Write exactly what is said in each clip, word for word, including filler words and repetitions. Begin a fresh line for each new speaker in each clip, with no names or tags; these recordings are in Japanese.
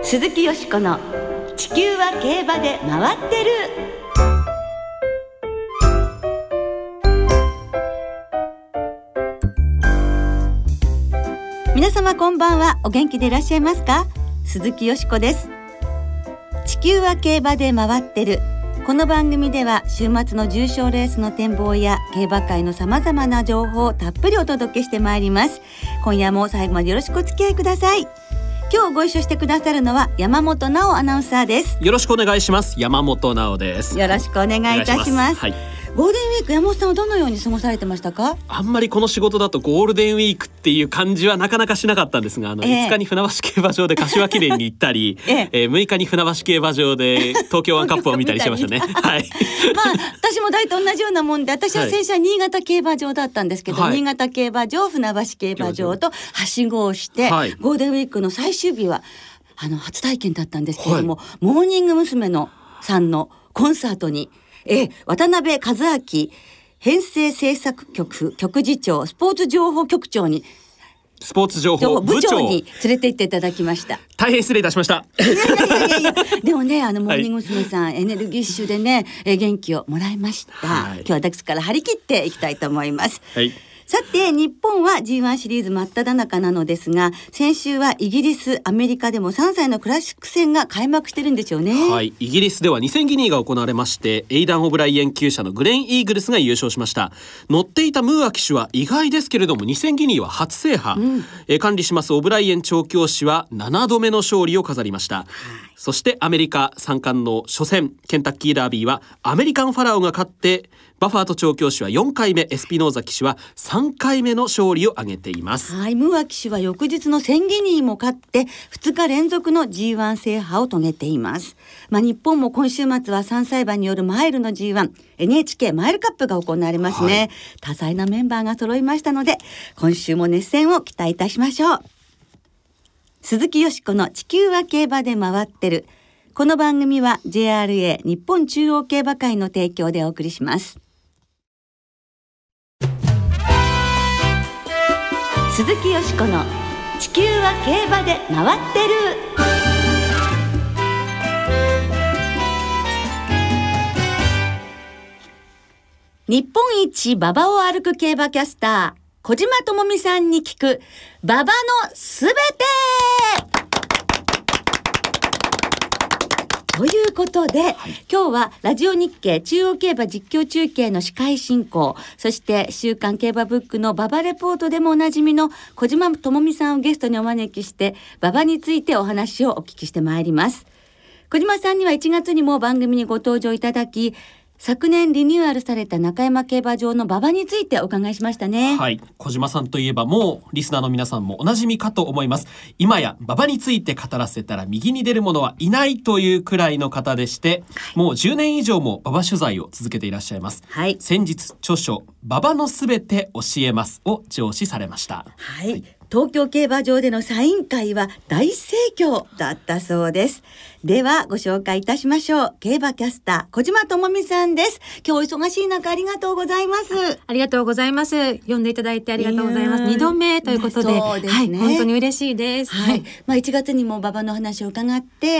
鈴木よしこの地球は競馬で回ってる。皆様こんばんは。お元気でいらっしゃいますか？鈴木よしこです。地球は競馬で回ってる。この番組では週末の重賞レースの展望や競馬界のさまざまな情報をたっぷりお届けしてまいります。今夜も最後までよろしくお付き合いください。今日ご一緒してくださるのは山本直アナウンサーです。
よろしくお願いします。山本直です。
よろしくお願いいたします。はい、ゴールデンウィーク、山本さんはどのように過ごされてましたか？
あんまりこの仕事だとゴールデンウィークっていう感じはなかなかしなかったんですが、あの、えー、いつかに船橋競馬場で柏記念に行ったり、えーえー、むいかに船橋競馬場で東京ワンカップを見たりしましたね。はい、
まあ私も大体同じようなもんで、私は先週は新潟競馬場だったんですけど、はい、新潟競馬場、船橋競馬場とはしごをして、はい、ゴールデンウィークの最終日はあの初体験だったんですけれども、はい、モーニング娘。のさんのコンサートに、え渡辺和明編成制作局局次長、スポーツ情報局長に
スポーツ情報
部長に連れて行っていただきました。
大変失礼いたしました。
いやいやいやいやでもね、あのモーニング娘。さん、はい、エネルギッシュでね、え元気をもらいました。はい、今日は私から張り切っていきたいと思います。はい、さて日本は ジーワン シリーズ真っ只中なのですが、先週はイギリス、アメリカでもさんさいのクラシック戦が開幕してるんですよね。
はい、イギリスではにせんギニーが行われまして、エイダン・オブライエン厩舎のグレン・イーグルスが優勝しました。乗っていたムーア騎手は意外ですけれどもにせんギニーは初制覇、うん、え管理しますオブライエン調教師はななどめの勝利を飾りました。はい、そしてアメリカさん冠の初戦ケンタッキーダービーはアメリカンファラオが勝って、バファート調教師はよんかいめ、エスピノーザ騎手はさんかいめの勝利を挙げています。
はい、ムーア騎手は翌日のセンギニーも勝ってふつか連続の ジーワン 制覇を遂げています。まあ、日本も今週末はさんさい馬によるマイルの ジーワン、エヌエイチケー マイルカップが行われますね。はい、多彩なメンバーが揃いましたので、今週も熱戦を期待いたしましょう。鈴木よしこの地球は競馬で回ってる。この番組は ジェイアールエー 日本中央競馬会の提供でお送りします。鈴木よしこの地球は競馬で回ってる。日本一馬場を歩く競馬キャスター小島智美さんに聞く馬場のすべてということで、はい、今日はラジオ日経中央競馬実況中継の司会進行、そして週刊競馬ブックの馬場レポートでもおなじみの小島智美さんをゲストにお招きして馬場についてお話をお聞きしてまいります。小島さんにはいちがつにも番組にご登場いただき、昨年リニューアルされた中山競馬場の馬場についてお伺いしましたね。
はい、小島さんといえばもうリスナーの皆さんもおなじみかと思います。今や馬場について語らせたら右に出る者はいないというくらいの方でして、はい、もうじゅうねん以上も馬場取材を続けていらっしゃいます。はい、先日著書馬場のすべて教えますを上梓されました。
はい、はい、東京競馬場でのサイン会は大盛況だったそうです。ではご紹介いたしましょう。競馬キャスター小島智美さんです。今日お忙しい中ありがとうございます。
ありがとうございます。呼んでいただいてありがとうございます。にどめということで、そうですね、はい、本当に嬉しいです。
はい、まあ、いちがつにも馬場の話を伺って、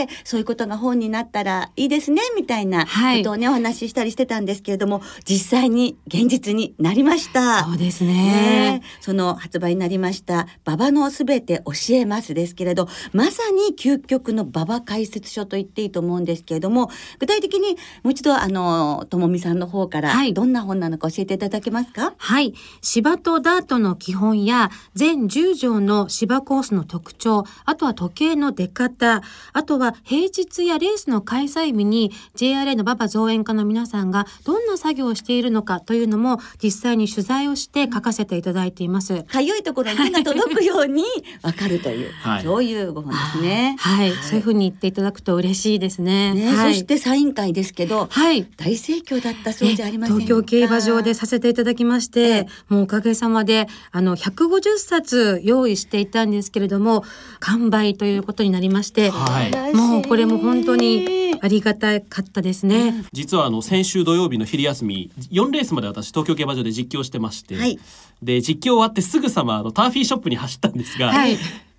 そういうことが本になったらいいですねみたいなことをね、はい、お話ししたりしてたんですけれども、実際に現実になりました。
そうです ね,
ねその発売になりました馬場のすべて教えますですけれど、まさに究極の馬場解説書と言っていいと思うんですけれども、具体的にもう一度あのともみさんの方からどんな本なのか教えていただけますか？
はい、芝とダートの基本や全じゅうじょうの芝コースの特徴、あとは時計の出方、あとは平日やレースの開催日に ジェイアールエー の馬場造園家の皆さんがどんな作業をしているのかというのも実際に取材をして書かせていただいています。
かゆいところに手が届くように分かるという、はい、そういうご本ですね。
はい、はい、そういうふうに言っていただくと嬉しいですね。
ね、はい、そしてサイン会ですけど、はい、大盛況だったそうじゃありませんか？
東京競馬場でさせていただきまして、もうおかげさまであのひゃくごじゅっさつ用意していたんですけれども完売ということになりまして、はい、もうこれも本当にありがたかったですね。うん、
実はあの先週土曜日の昼休みよんレースまで私東京競馬場で実況してまして、はい、で実況終わってすぐさまあのターフィーショップに走ったんですが、はい、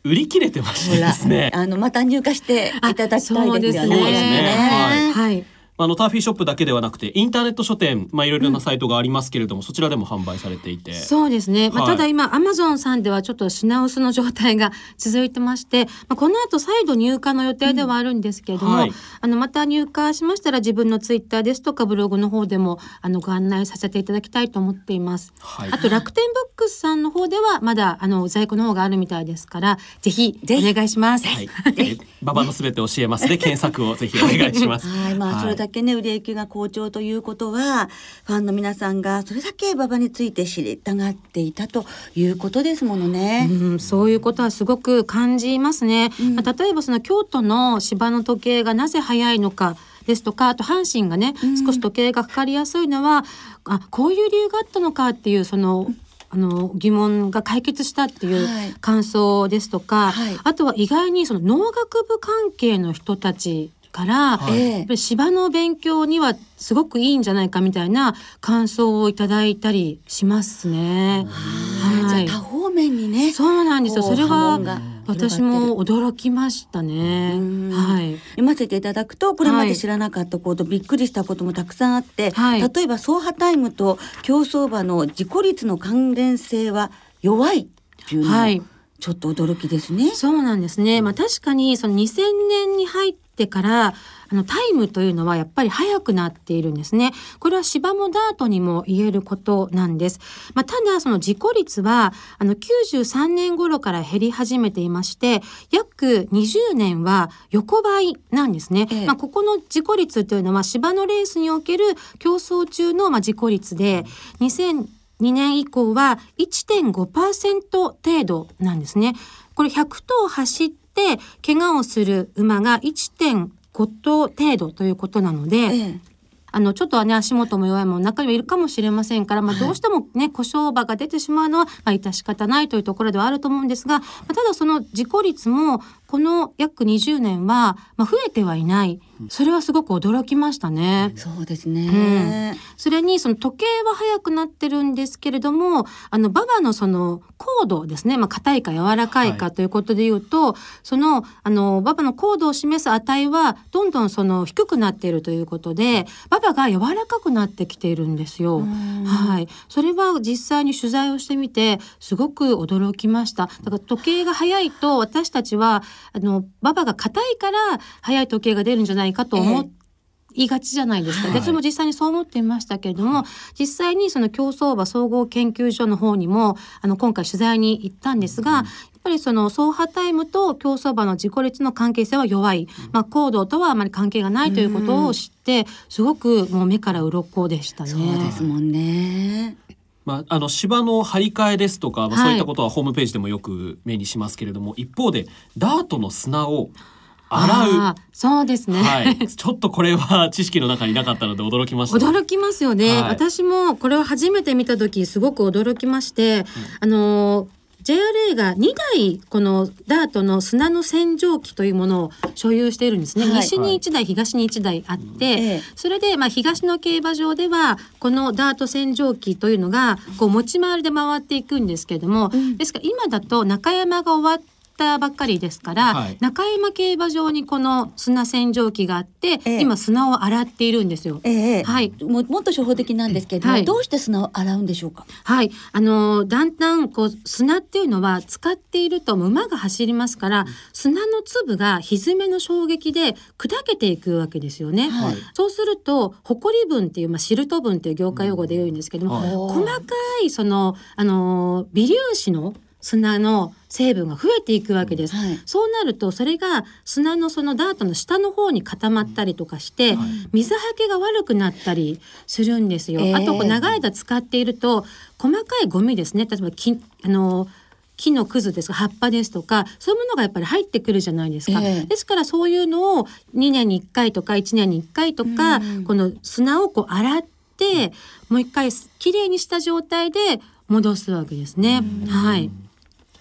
売り切れてましてですね、
あのまた入荷していただきたいですよね。
そうですね、はい
はい、
あのターフィーショップだけではなくてインターネット書店、まあ、いろいろなサイトがありますけれども、うん、そちらでも販売されていて、
そうですね、まあ、
はい、
ただ今アマゾンさんではちょっと品薄の状態が続いてまして、まあ、この後再度入荷の予定ではあるんですけれども、うん、はい、あのまた入荷しましたら自分のツイッターですとかブログの方でもあのご案内させていただきたいと思っています、はい、あと楽天ブックスさんの方ではまだあの在庫の方があるみたいですからぜひお願いします。
はい、ババのすべて教えますで検索をぜひお願いします。
はい、まあ、はい、それだけね売れ行きが好調ということはファンの皆さんがそれだけ馬場について知りたがっていたということですものね、
うん、そういうことはすごく感じますね、うん、まあ、例えばその京都の芝の時計がなぜ早いのかですとか、あと阪神がね、うん、少し時計がかかりやすいのはあこういう理由があったのかっていうその、うんあの疑問が解決したっていう感想ですとか、はいはい、あとは意外にその農学部関係の人たちから、はい、やっぱり芝の勉強にはすごくいいんじゃないかみたいな感想をいただいたりしますね。
はい、じゃあ多方面にね。
そうなんですよ。それが私も驚きましたね。はい、
読ませていただくとこれまで知らなかったこと、はい、びっくりしたこともたくさんあって、はい、例えば走破タイムと競走馬の事故率の関連性は弱いっていうのは、はい、ちょっと驚きですね。
そうなんですね。まあ、確かにそのにせんねんに入ってからあのタイムというのはやっぱり速くなっているんですね。これは芝もダートにも言えることなんです。まあ、ただその事故率はあのきゅうじゅうさんねん頃から減り始めていまして約にじゅうねんは横ばいなんですね、ええ、まあ、ここの事故率というのは芝のレースにおける競走中のまあ事故率でにせんにねん以降は いってんごパーセント 程度なんですね。これひゃくとう走って怪我をする馬が いってんごとう程度ということなので、ええ、あのちょっとはね足元も弱いも中にはいるかもしれませんから、まあ、どうしてもね、はい、故障馬が出てしまうのは、まあ、致し方ないというところではあると思うんですが、まあ、ただその事故率もこの約にじゅうねんは、まあ、増えてはいない。それはすごく驚きましたね。
そうですね、
うん、それにその時計は速くなってるんですけれどもあの馬場のその高度ですね、まあ、硬いか柔らかいかということでいうと、はい、そのあの馬場の高度を示す値はどんどんその低くなっているということで馬場が柔らかくなってきているんですよ。はい、それは実際に取材をしてみてすごく驚きました。だから時計が速いと私たちはあの馬場が硬いから速い時計が出るんじゃないかと思って、ええ言いがちじゃないですか。私も実際にそう思っていましたけれども、はい、実際にその競走馬総合研究所の方にもあの今回取材に行ったんですが、うん、やっぱりその走破タイムと競走馬の事故率の関係性は弱い、うん、まあ、高度とはあまり関係がないということを知って、うん、すごくもう目から鱗でしたね。
そうですもんね。
まあ、あの芝の張り替えですとか、まあ、そういったことはホームページでもよく目にしますけれども、はい、一方でダートの砂を洗う、
そうですね、
はい、ちょっとこれは知識の中になかったので驚きました、ね、
驚きますよね、はい、私もこれを初めて見た時すごく驚きまして、うん、あの ジェイアールエー がにだいこのダートの砂の洗浄機というものを所有しているんですね、はい、西にいちだい、はい、東にいちだいあって、うんええ、それで、まあ、東の競馬場ではこのダート洗浄機というのがこう持ち回りで回っていくんですけれども、うん、ですから今だと中山が終わってばっかりですから、はい、中山競馬場にこの砂洗浄機があって、ええ、今砂を洗っているんですよ、
ええ、はい、も, もっと初歩的なんですけど、はい、どうして砂を洗うんでしょうか。
はい、あのだんだんこう砂っていうのは使っていると馬が走りますから、うん、砂の粒が歪めの衝撃で砕けていくわけですよね、はい、そうするとホコリ分っていう、まあ、シルト分っていう業界用語で言うんですけども、うん、細かいそのあの微粒子の砂の成分が増えていくわけです、はい、そうなるとそれが砂のそのダートの下の方に固まったりとかして、はい、水はけが悪くなったりするんですよ、えー、あとこう長い間使っていると細かいゴミですね、例えば木あの木のくずですとか葉っぱですとかそういうものがやっぱり入ってくるじゃないですか、えー、ですからそういうのをにねんにいっかいとかいちねんにいっかいとか、うん、この砂をこう洗ってもう一回きれいにした状態で戻すわけですね、はい。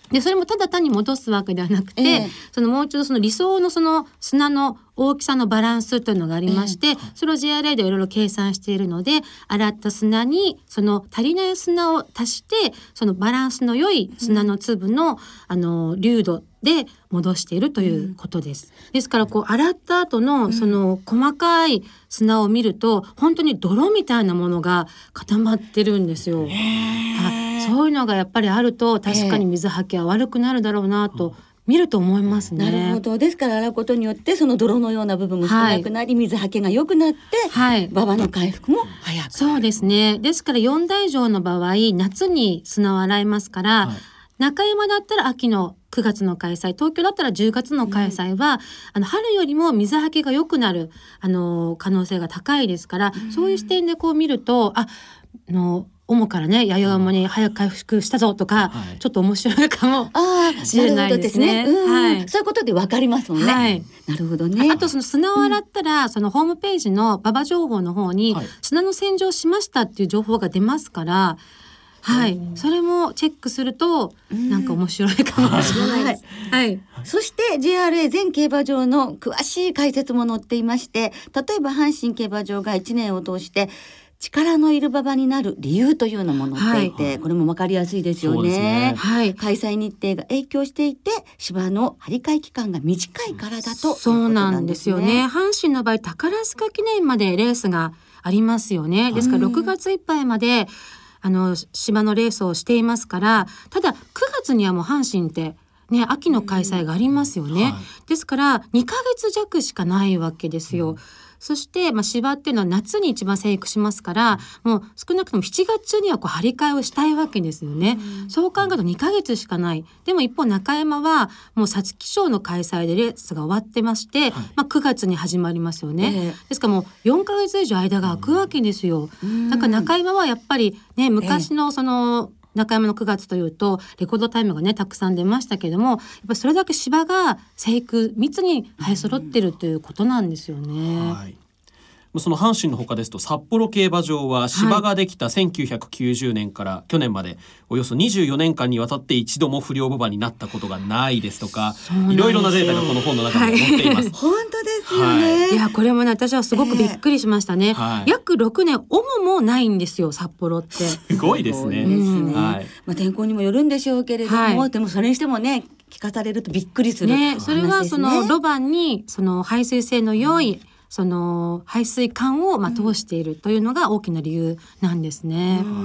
でそれもただ単に戻すわけではなくて、
ええ、
そのもう一度その理想のその砂の大きさのバランスというのがありまして、ええ、それを ジェイアールエー でいろいろ計算しているので、洗った砂にその足りない砂を足して、そのバランスの良い砂の粒の、うん、あの粒度で戻しているということです。うん、ですからこう洗った後のその細かい砂を見ると、本当に泥みたいなものが固まってるんですよ。そういうのがやっぱりあると、確かに水はけは悪くなるだろうなと見ると思いますね。
なるほど。ですから洗うことによってその泥のような部分も少なくなり、はい、水はけが良くなって、はい、馬場の回復も早く。
そうですね。ですからよんだい以上の場合、夏に砂を洗いますから、はい、中山だったら秋のくがつの開催、東京だったらじゅうがつの開催は、うん、あの春よりも水はけが良くなるあの可能性が高いですから、うん、そういう視点でこう見ると、ああの主からね、弥生山に早く回復したぞとか、はい、ちょっと面白いかもしれないですね。
なるほどですね。うん、はい、そういうことで分かりますもんね。はい、なるほどね。
あとその砂を洗ったら、うん、そのホームページの馬場情報の方に、はい、砂の洗浄しましたっていう情報が出ますから、はい、それもチェックするとなんか面白いかもしれないです。はい、
そして ジェイアールエー 全競馬場の詳しい解説も載っていまして、例えば阪神競馬場がいちねんを通して力のいる馬場になる理由というのも載っていて、はい、これも分かりやすいですよ ね, ね、はい、開催日程が影響していて、芝の張り替え期間が短いからだということなんですね。
そうなんですよね。阪神の場合、宝塚記念までレースがありますよね。ですからろくがついっぱいまであの芝のレースをしていますから、ただくがつにはもう阪神ってね、秋の開催がありますよね。はい、ですからにかげつ弱しかないわけですよ。うん、そして、まあ、芝っていうのは夏に一番生育しますから、もう少なくともしちがつにはこう張り替えをしたいわけですよね。うん、そう考えるとにかげつしかない。でも一方中山はもう皐月賞の開催でレースが終わってまして、はい、まあ、くがつに始まりますよね。えー、ですからもうよんかげつ以上間が空くわけですよ。うん、だから中山はやっぱりね、昔のその、えー中山のくがつというとレコードタイムがねたくさん出ましたけども、やっぱりそれだけ芝が生育密に生え揃ってるということなんですよね。うん、はい、
その阪神の他ですと札幌競馬場は芝ができたせんきゅうひゃくきゅうじゅうねんから去年までおよそにじゅうよねんかんにわたって一度も不良馬場になったことがないですとか、いろいろなデータがこの本の中に載っています。はい、
本当ですよね。
はい、いやこれもね私はすごくびっくりしましたね。えーはい、約ろくねんオムもないんですよ札幌って。
すごいですね。
うんはい、まあ、天候にもよるんでしょうけれども、はい、でもそれにしてもね聞かされるとびっくりする、ね、
それはそのロバンにその排水性の良い、うん、その排水管をまあ通しているというのが大きな理由なんですね。うん、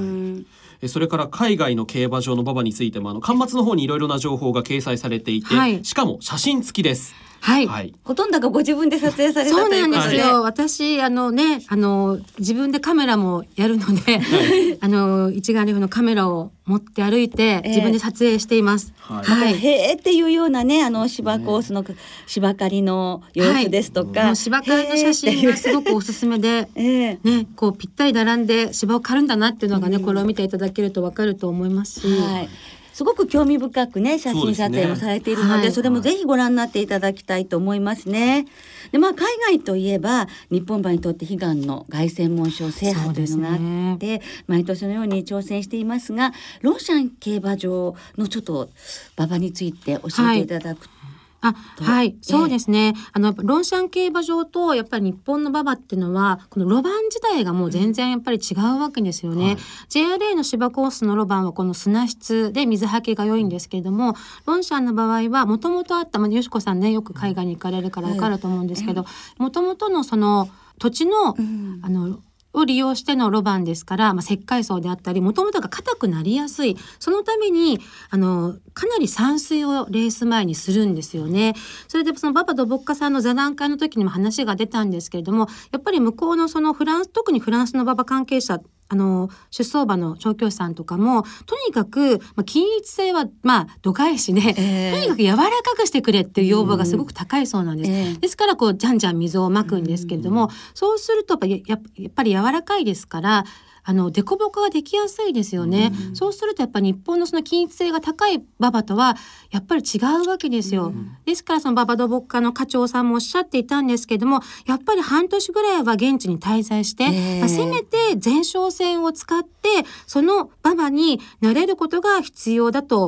はい、それから海外の競馬場の馬場についてもあの巻末の方にいろいろな情報が掲載されていて、はい、しかも写真付きです。
はい、はい、
ほとんどがご自分で撮影されたということで。
そうなんですよ。はい、私あのねあの自分でカメラもやるので、はい、あの一眼レフのカメラを持って歩いて自分で撮影しています。
えー、はい。へーっていうようなねあの芝コースの芝刈りの様子ですとか、はい、
もう芝刈りの写真がすごくおすすめで、えー、ねこうぴったり並んで芝を刈るんだなっていうのがね、うん、これを見ていただけるとわかると思いますし。はい、
すごく興味深くね写真撮影もされているの で, そ, で、ねはい、それもぜひご覧になっていただきたいと思いますね。で、まあ、海外といえば日本馬にとって悲願の凱旋門賞制覇というのがあって、ね、毎年のように挑戦していますが、ロンシャン競馬場のちょっと馬場について教えていただくと、はい
あはい、そうですね。あのロンシャン競馬場とやっぱり日本の馬場っていうのはこの路盤自体がもう全然やっぱり違うわけですよね。はい、ジェイアールエー の芝コースの路盤はこの砂質で水はけが良いんですけれども、ロンシャンの場合はもともとあった、まあ、よしこさんねよく海外に行かれるから分かると思うんですけど、もともとのその土地の、うん、あのを利用しての路盤ですから、まあ、石灰層であったりもともとが硬くなりやすい、そのためにあのかなり散水をレース前にするんですよね。それでその馬場ドボッカさんの座談会の時にも話が出たんですけれども、やっぱり向こうのそのフランス特にフランスの馬場関係者あの出走馬の調教師さんとかもとにかく、まあ、均一性はまあ度外視で、えー、とにかく柔らかくしてくれっていう要望がすごく高いそうなんです。うんえー、ですからこうじゃんじゃん水をまくんですけれども、うん、そうするとやっぱやっぱり柔らかいですからあのデコボコができやすいですよね。うん、そうするとやっぱり日本のその均一性が高い馬場とはやっぱり違うわけですよ。うん、ですからその馬場ドボッカの課長さんもおっしゃっていたんですけども、やっぱり半年ぐらいは現地に滞在して、えーまあ、せめて前哨戦を使ってその馬場に慣れることが必要だと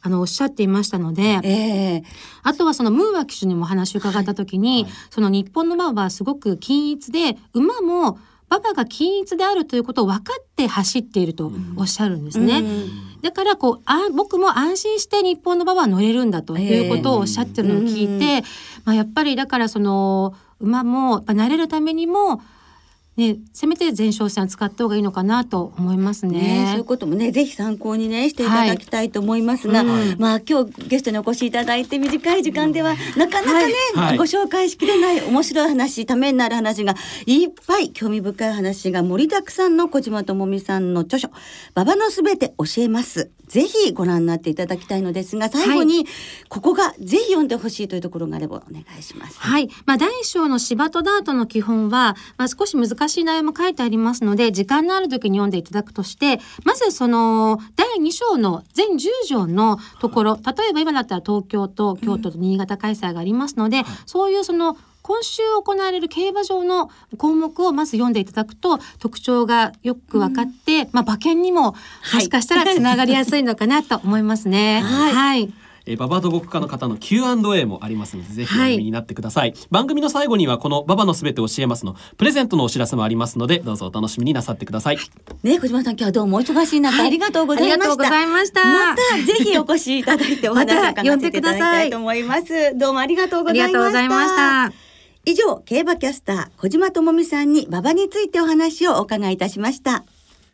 あのおっしゃっていましたので、
えー、
あとはそのムーア騎手にも話を伺った時に、はいはい、その日本の馬はすごく均一で、馬も馬場が均一であるということを分かって走っているとおっしゃるんですね、うん、だからこうあ僕も安心して日本の馬場は乗れるんだということをおっしゃってるのを聞いて、えーまあ、やっぱりだからその馬もやっぱ慣れるためにもね、せめて前哨戦を使った方がいいのかなと思います ね,
ねそういうこともねぜひ参考にねしていただきたいと思いますが、はいうん、まあ今日ゲストにお越しいただいて短い時間ではなかなかね、はい、ご紹介しきれない面白い話、ためになる話がいっぱい、興味深い話が盛りだくさんの小島智美さんの著書馬場のすべて教えます。ぜひご覧になっていただきたいのですが、最後に、はい、ここがぜひ読んでほしいというところがあればお願いします。
はい、まあ、だいいっ章の芝とダートの基本は、まあ、少し難しい内容も書いてありますので、時間のある時に読んでいただくとして、まずそのだいに章の全じゅう条のところ、例えば今だったら東京と京都と新潟開催がありますので、うん、そういうその今週行われる競馬場の項目をまず読んでいただくと特徴がよく分かって、うんまあ、馬券にももしかしたらつながりやすいのかなと思いますね。はい、はい
えー、馬場土木家の方の キューアンドエー もありますので、ぜひお読みになってください、はい、番組の最後にはこの馬場のすべて教えますのプレゼントのお知らせもありますので、どうぞお楽しみになさってください。
ね、小島さん今日はどうもお忙しい中、はい、ありがとうございました。ありがとうございました。またぜひお越しいただいてお話を伺わせていただきたいと思います。どうもありがとうございました。ありがとうございました。以上、競馬キャスター小島智美さんに馬場についてお話をお伺いいたしました。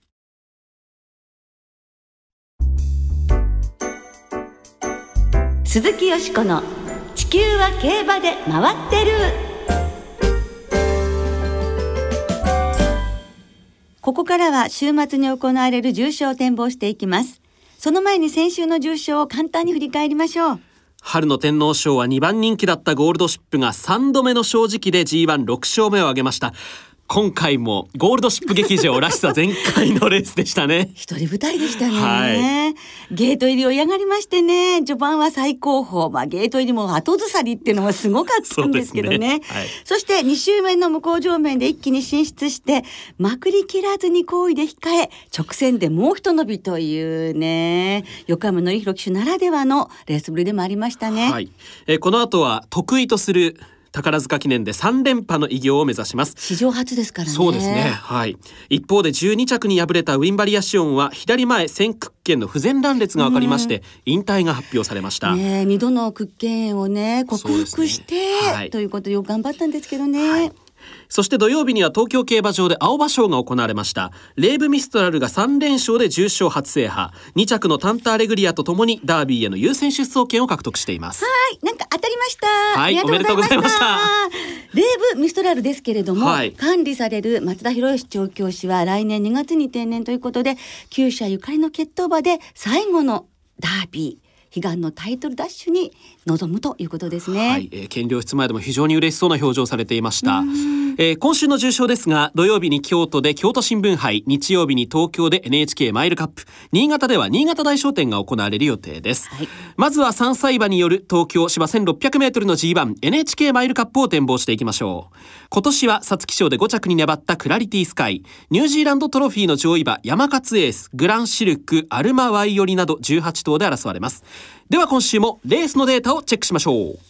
鈴木よしこの地球は競馬で回ってる。ここからは週末に行われる重賞を展望していきます。その前に先週の重賞を簡単に振り返りましょう。
春の天皇賞はにばん人気だったゴールドシップがさんどめの正直で ジーワンろく 勝目を挙げました。今回もゴールドシップ劇場らしさ全開のレースでしたね。
一人舞台でしたね、はい、ゲート入りを嫌がりましてね、序盤は最高峰、まあ、ゲート入りも後ずさりっていうのはすごかったんですけど ね, ね、はい、そしてに周目の向こう上面で一気に進出してまくり切らずに後位で控え直線でもう一伸びというね、横山典弘騎手ならではのレースぶりでもありましたね、
はいえー、この後は得意とする宝塚記念でさん連覇の偉業を目指します。
史上初ですからね。
そうですね、はい、一方でじゅうに着に敗れたウィンバリアシオンは左前線屈腱の不全断裂が分かりまして引退が発表されました、
ね、にどの屈腱炎をね克服して、ねはい、ということでよく頑張ったんですけどね、はい
そして土曜日には東京競馬場で青葉賞が行われました。レーブミストラルがさん連勝で重賞初制覇、に着のタンターレグリアとともにダービーへの優先出走権を獲得しています。
はいなんか当たりました、
はい、おめでとうございました。
レーブミストラルですけれども、はい、管理される松田博義調教師は来年にがつに定年ということで厩舎ゆかりの決闘馬で最後のダービー悲願のタイトルダッシュに臨むということですね、
はいえー、検量室前でも非常に嬉しそうな表情をされていました、えー、今週の重賞ですが土曜日に京都で京都新聞杯、日曜日に東京で エヌエイチケー マイルカップ、新潟では新潟大賞典が行われる予定です、はい、まずはさん歳馬による東京芝 せんろっぴゃくメートル の ジーワンエヌエイチケー マイルカップを展望していきましょう。今年は皐月賞でご着に粘ったクラリティスカイ、ニュージーランドトロフィーの上位馬山勝エース、グランシルク、アルマワイオリなどじゅうはち頭で争われます。では今週もレースのデータをチェックしましょう。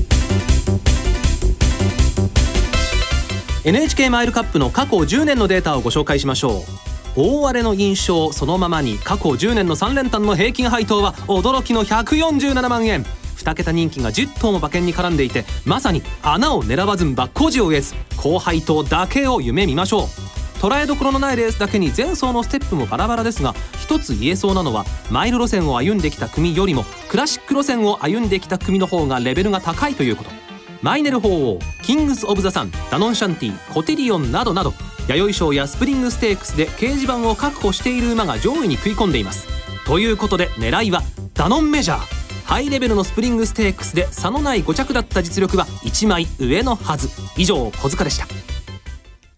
エヌエイチケー マイルカップの過去じゅうねんのデータをご紹介しましょう。大荒れの印象そのままに過去じゅうねんのさん連単の平均配当は驚きのひゃくよんじゅうななまんえん、に桁人気がじゅっ頭も馬券に絡んでいて、まさに穴を狙わずばっこじを得ず高配当だけを夢見ましょう。捉えどころのないレースだけに前走のステップもバラバラですが、一つ言えそうなのはマイル路線を歩んできた組よりもクラシック路線を歩んできた組の方がレベルが高いということ。マイネル鳳凰、キングス・オブ・ザ・サン、ダノンシャンティ、コテリオンなどなど弥生賞やスプリングステークスで掲示板を確保している馬が上位に食い込んでいます。ということで狙いはダノンメジャー。ハイレベルのスプリングステークスで差のないご着だった実力はいちまい上のはず。以上小塚でした。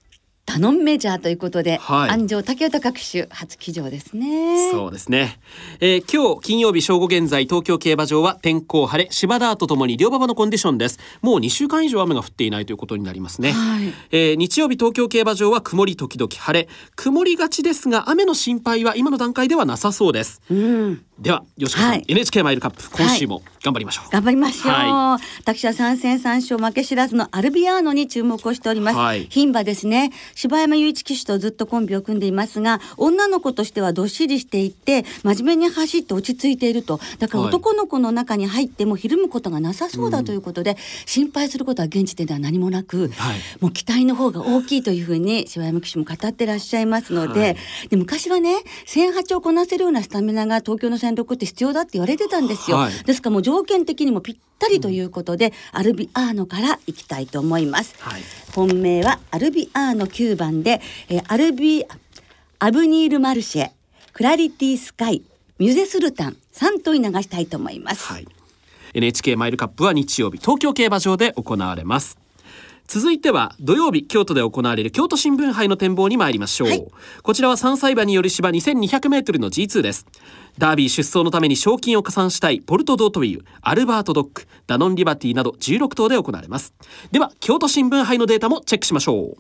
ダノンメジャーということで、
はい、
安城武豊騎手初騎乗ですね。
そうですね、えー、今日金曜日正午現在東京競馬場は天候晴れ、芝ダートともに両馬場のコンディションです。もうにしゅうかん以上雨が降っていないということになりますね、はい、えー、日曜日東京競馬場は曇り時々晴れ、曇りがちですが雨の心配は今の段階ではなさそうです、うん、では吉川さん、はい、エヌエイチケー マイルカップ今週も頑張りましょう、
はい、頑張りましょう、はい、私はさん戦さん勝負け知らずのアルビアーノに注目をしております、はい、牝馬ですね。柴山雄一騎手とずっとコンビを組んでいますが、女の子としてはどっしりしていて真面目に走って落ち着いていると。だから男の子の中に入ってもひるむことがなさそうだということで、うん、心配することは現時点では何もなく、はい、もう期待の方が大きいというふうに柴山騎手も語ってらっしゃいますので、はい、で昔はねせんはちをこなせるようなスタミナが東京の戦力って必要だって言われてたんですよ、はい、ですからもう条件的にもぴったりということで、うん、アルビアーノからいきたいと思います、はい、本命はアルビアーノきゅうばんで、えー、アルビアブニールマルシェ、クラリティスカイ、ミュゼスルタンさん頭に流したいと思います、はい、
エヌエイチケー マイルカップは日曜日東京競馬場で行われます。続いては土曜日京都で行われる京都新聞杯の展望に参りましょう、はい、こちらはさんさい馬による芝 にせんにひゃくメートル の ジーツー です。ダービー出走のために賞金を加算したいポルトドートウィー、アルバートドッグ、ダノンリバティなどじゅうろく頭で行われます。では京都新聞杯のデータもチェックしましょう。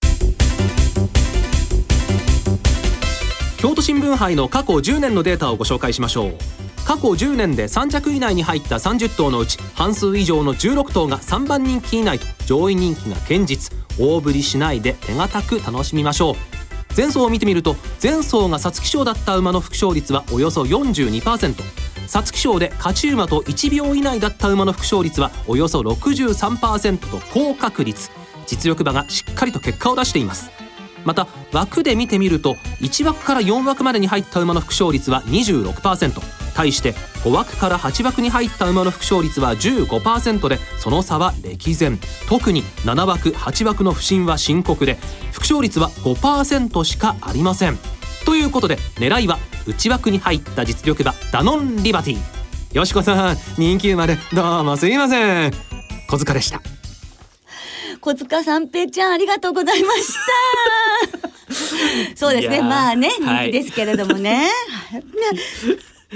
京都新聞杯の過去じゅうねんのデータをご紹介しましょう。過去じゅうねんでさん着以内に入ったさんじゅっ頭のうち半数以上のじゅうろく頭がさんばん人気以内と上位人気が堅実。大振りしないで手堅く楽しみましょう。前走を見てみると前走が皐月賞だった馬の副勝率はおよそ よんじゅうにパーセント、 皐月賞で勝ち馬といちびょう以内だった馬の副勝率はおよそ ろくじゅうさんパーセント と高確率。実力馬がしっかりと結果を出しています。また枠で見てみるといち枠からよん枠までに入った馬の副勝率は にじゅうろくパーセント、 対してご枠からはち枠に入った馬の副勝率は じゅうごパーセント でその差は歴然。特になな枠はち枠の不振は深刻で副勝率は ごパーセント しかありません。ということで狙いは内枠に入った実力馬ダノンリバティ。よしこさん人気馬でどうもすいません。小塚でした。
小塚三平ちゃんありがとうございましたそうですね、まあね人気ですけれどもね、はい、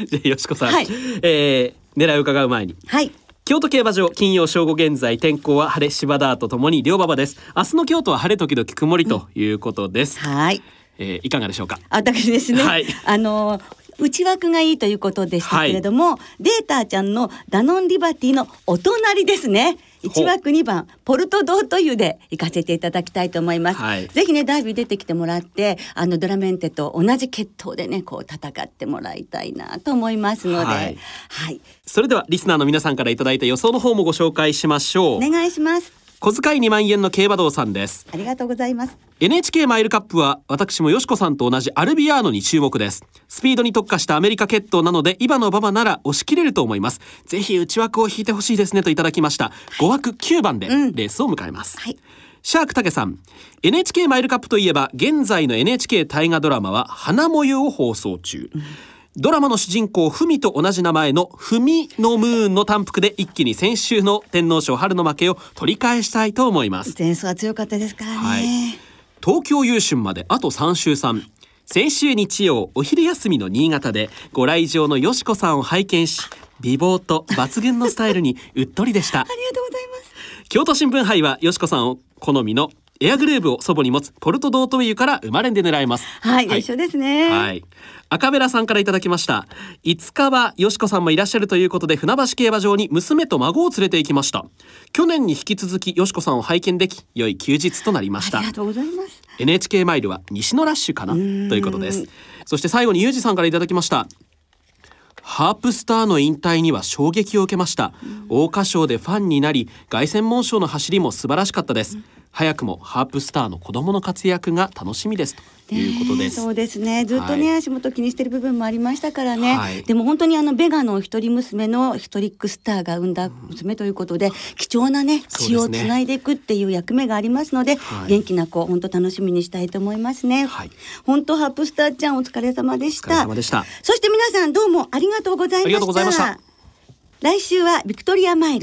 じゃあよしこさん、はい、えー、狙いを伺う前に、
はい、
京都競馬場金曜正午現在天候は晴れ、芝ダートともに両馬場です。明日の京都は晴れ時々曇りということです、うん、はい、えー、いかがでしょうか。
私ですね、はい、あの内枠がいいということでしたけれども、はい、データーちゃんのダノンリバティのお隣ですね、いち枠にばんポルトドート湯で行かせていただきたいと思います、はい、ぜひねダービー出てきてもらってあのドラメンテと同じ血統でねこう戦ってもらいたいなと思いますので、はいはい、
それではリスナーの皆さんからいただいた予想の方もご紹介しましょう。
お願いします。
小遣いにまん円の競馬道さんです。
ありがとうございます。
エヌエイチケー マイルカップは私もよしこさんと同じアルビアーノに注目です。スピードに特化したアメリカ血統なので今の馬場なら押し切れると思います。ぜひ内枠を引いてほしいですねといただきました、はい、ご枠きゅうばんでレースを迎えます、うん、はい、シャークたけさん エヌエイチケー マイルカップといえば現在の エヌエイチケー 大河ドラマは花もゆを放送中、うん、ドラマの主人公フミと同じ名前のフミのムーンの単幅で一気に先週の天皇賞春の負けを取り返したいと思います。
前走は強かったですからね、はい、
東京優春まであとさん週さん、先週日曜お昼休みの新潟でご来場のよしこさんを拝見し美貌と抜群のスタイルにうっとりでした
ありがとうございます。
京都新聞杯はよしこさんを好みのエアグルーブを祖母に持つポルトドートウィーから生まれんで狙います。
はい、はい、一緒ですね。
はい、赤ベラさんからいただきました。いつかはよしこさんもいらっしゃるということで船橋競馬場に娘と孫を連れて行きました。去年に引き続きよしこさんを拝見でき良い休日となりました。
ありがとうございます。
エヌエイチケー マイルは西のラッシュかなということです。そして最後にゆうじさんからいただきました。ハープスターの引退には衝撃を受けました。桜花賞でファンになり凱旋門賞の走りも素晴らしかったです。早くもハープスターの子供の活躍が楽しみですということです。
そうですね、ずっとね、はい、足元気にしてる部分もありましたからね、はい、でも本当にあのベガの一人娘のヒトリックスターが産んだ娘ということで、うん、貴重なね血をつないでいくっていう役目がありますので、はい、元気な子本当楽しみにしたいと思いますね、はい、本当ハープスターちゃんお疲れ様でした。
お疲れ様でした。
そして皆さんどうもありがとうございました。
ありがとうございました。
来週はビクトリアマイル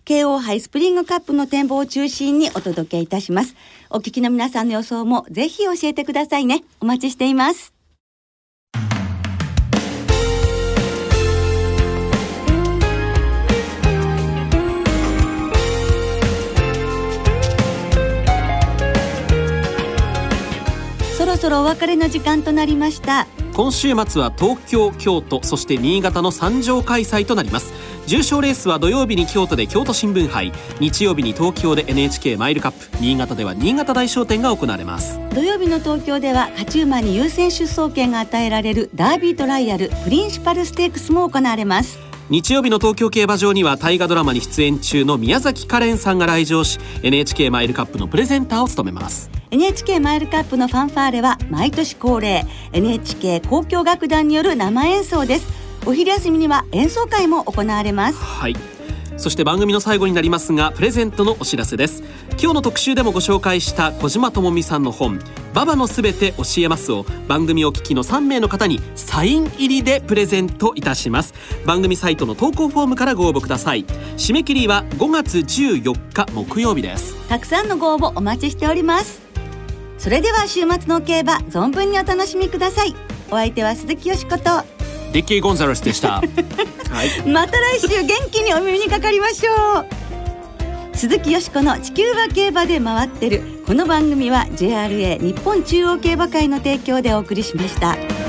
ケーオー 杯スプリングカップの展望を中心にお届けいたします。お聞きの皆さんの予想もぜひ教えてくださいね。お待ちしています。そろそろお別れの時間となりました。
今週末は東京、京都、そして新潟のさん場開催となります。重賞レースは土曜日に京都で京都新聞杯、日曜日に東京で エヌエイチケー マイルカップ、新潟では新潟大賞典が行われます。
土曜日の東京では勝ち馬に優先出走権が与えられるダービートライアルプリンシパルステークスも行われます。
日曜日の東京競馬場には大河ドラマに出演中の宮崎カレンさんが来場し エヌエイチケー マイルカップのプレゼンターを務めます。
エヌエイチケー マイルカップのファンファーレは毎年恒例 エヌエイチケー 交響楽団による生演奏です。お昼休みには演奏会も行われます。
はい、そして番組の最後になりますがプレゼントのお知らせです。今日の特集でもご紹介した小島智美さんの本ババのすべて教えますを番組お聞きのさん名の方にサイン入りでプレゼントいたします。番組サイトの投稿フォームからご応募ください。締め切りはごがつじゅうよっか木曜日です。
たくさんのご応募お待ちしております。それでは週末の競馬存分にお楽しみください。お相手は鈴木よしこと
ディッキー・ゴンザレスでした、はい、
また来週元気にお耳にかかりましょう。鈴木よしこの地球は競馬で回ってる。この番組は ジェイアールエー 日本中央競馬会の提供でお送りしました。